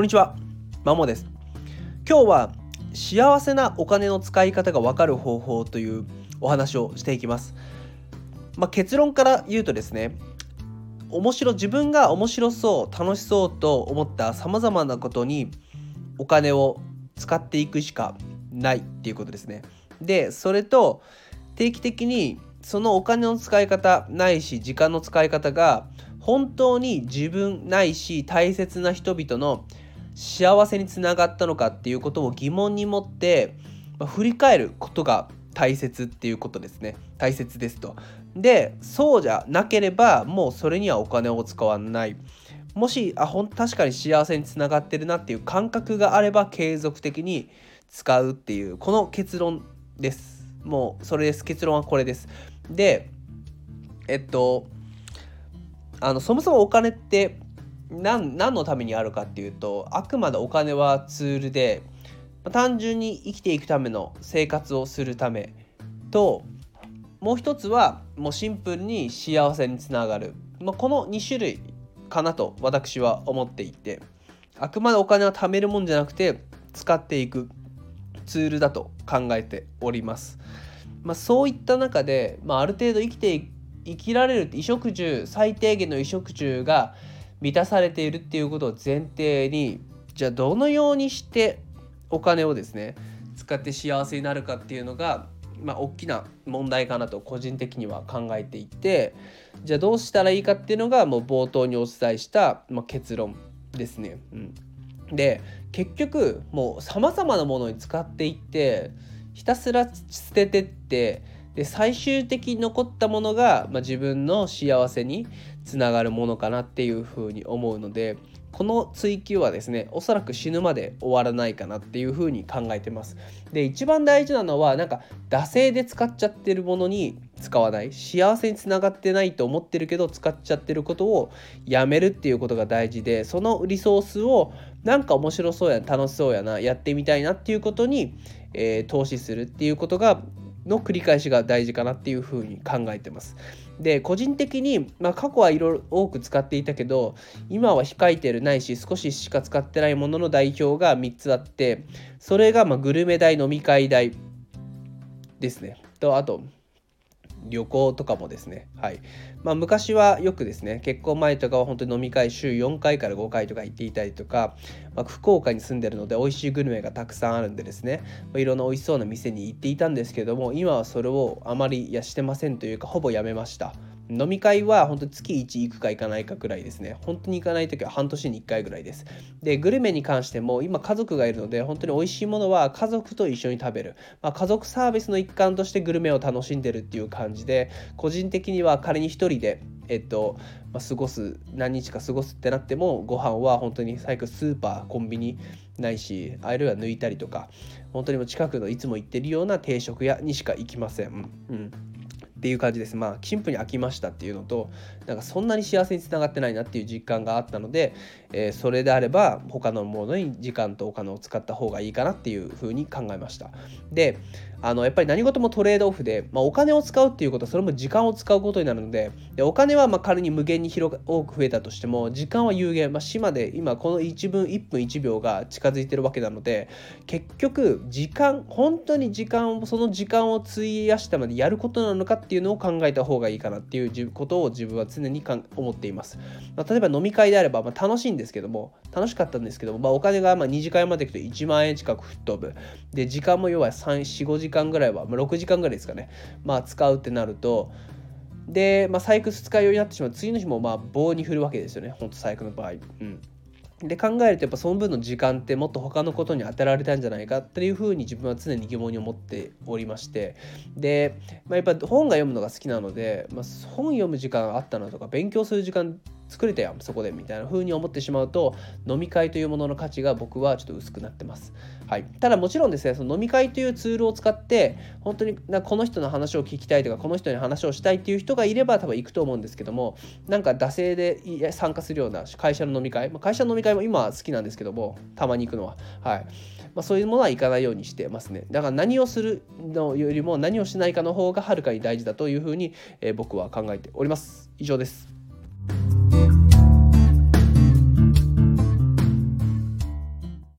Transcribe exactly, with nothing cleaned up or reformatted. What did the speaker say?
こんにちは、まもです。今日は幸せなお金の使い方がわかる方法というお話をしていきます。まあ、結論から言うとですね、面白自分が面白そう楽しそうと思ったさまざまなことにお金を使っていくしかないっていうことですね。で、それと定期的にそのお金の使い方ないし時間の使い方が本当に自分ないし大切な人々の幸せにつながったのかっていうことを疑問に持って、まあ、振り返ることが大切っていうことですね。大切ですと。で、そうじゃなければもうそれにはお金を使わない。もしあほん確かに幸せにつながってるなっていう感覚があれば継続的に使うっていうこの結論です。もうそれです。結論はこれです。で、えっとあのそもそもお金って何何のためにあるかっていうと、あくまでお金はツールで、単純に生きていくための生活をするためと、もう一つはもうシンプルに幸せにつながる、まあ、このに種類かなと私は思っていて、あくまでお金は貯めるもんじゃなくて使っていくツールだと考えております。まあ、そういった中で、まあ、ある程度生きて生きられる衣食住最低限の衣食住が満たされているっていうことを前提に、じゃあどのようにしてお金をですね使って幸せになるかっていうのが、まあ、大きな問題かなと個人的には考えていて、じゃあどうしたらいいかっていうのがもう冒頭にお伝えした、まあ、結論ですね。うん、で結局もうさまざまなものに使っていってひたすら捨ててって、で最終的に残ったものが、まあ、自分の幸せにつながるものかなっていうふうに思うので、この追求はですねおそらく死ぬまで終わらないかなっていうふうに考えてます。で一番大事なのはなんか惰性で使っちゃってるものに使わない、幸せにつながってないと思ってるけど使っちゃってることをやめるっていうことが大事で、そのリソースをなんか面白そうやな楽しそうやなやってみたいなっていうことに、えー、投資するっていうことがの繰り返しが大事かなっていうふうに考えてます。で個人的に、まあ、過去はいろいろ多く使っていたけど今は控えてるないし少ししか使ってないものの代表がみっつあって、それがまあグルメ代飲み会代ですねと、あと旅行とかもですね、はい。まあ、昔はよくですね、結婚前とかは本当に飲み会週よんかいからごかいとか行っていたりとか、まあ、福岡に住んでるので美味しいグルメがたくさんあるんでですね、まあ、いろんな美味しそうな店に行っていたんですけども、今はそれをあまりやしてませんというか、ほぼやめました。飲み会は本当に月いち行くか行かないかくらいですね。本当に行かないときは半年にいっかいぐらいです。で、グルメに関しても今家族がいるので本当に美味しいものは家族と一緒に食べる。まあ、家族サービスの一環としてグルメを楽しんでるっていう感じで、個人的には仮に一人でえっと、まあ、過ごす何日か過ごすってなってもご飯は本当に最悪スーパーコンビニないし、あるいは抜いたりとか本当にもう近くのいつも行ってるような定食屋にしか行きません。うんっていう感じです。まあシンプルに飽きましたっていうのと、なんかそんなに幸せにつながってないなっていう実感があったので、えー、それであれば他のものに時間とお金を使った方がいいかなっていうふうに考えました。で、あのやっぱり何事もトレードオフで、まあ、お金を使うっていうことはそれも時間を使うことになるので、でお金はまあ仮に無限に広が多く増えたとしても時間は有限、まあ、死まで今このいちぶんいっぷんいちびょうが近づいてるわけなので、結局時間本当に時間をその時間を費やしたまでやることなのかっていうのを考えた方がいいかなっていうことを自分は常にかん思っています。まあ、例えば飲み会であれば、まあ、楽しいんですけども楽しかったんですけども、まあ、お金がまあに次会まで行くといちまんえん近く吹っ飛ぶ。で時間も要はさん、よん、ごじかんぐらいは、まあ、ろくじかんぐらいですかね、まあ、使うってなると、で、まあ、サイクル使いようになってしまう。次の日もまあ棒に振るわけですよね、ほんと最悪の場合。うんで考えるとやっぱその分の時間ってもっと他のことに当てられたんじゃないかっていうふうに自分は常に疑問に思っておりまして、で、まあ、やっぱ本が読むのが好きなので、まあ、本読む時間あったなとか勉強する時間作れたよそこでみたいな風に思ってしまうと、飲み会というものの価値が僕はちょっと薄くなってます。はい、ただもちろんですね、その飲み会というツールを使って本当になこの人の話を聞きたいとかこの人に話をしたいっていう人がいれば多分行くと思うんですけども、なんか惰性で参加するような会社の飲み会、まあ、会社の飲み会も今は好きなんですけどもたまに行くのは、はいまあ、そういうものは行かないようにしてますね。だから何をするのよりも何をしないかの方がはるかに大事だというふうに、えー、僕は考えております。以上です。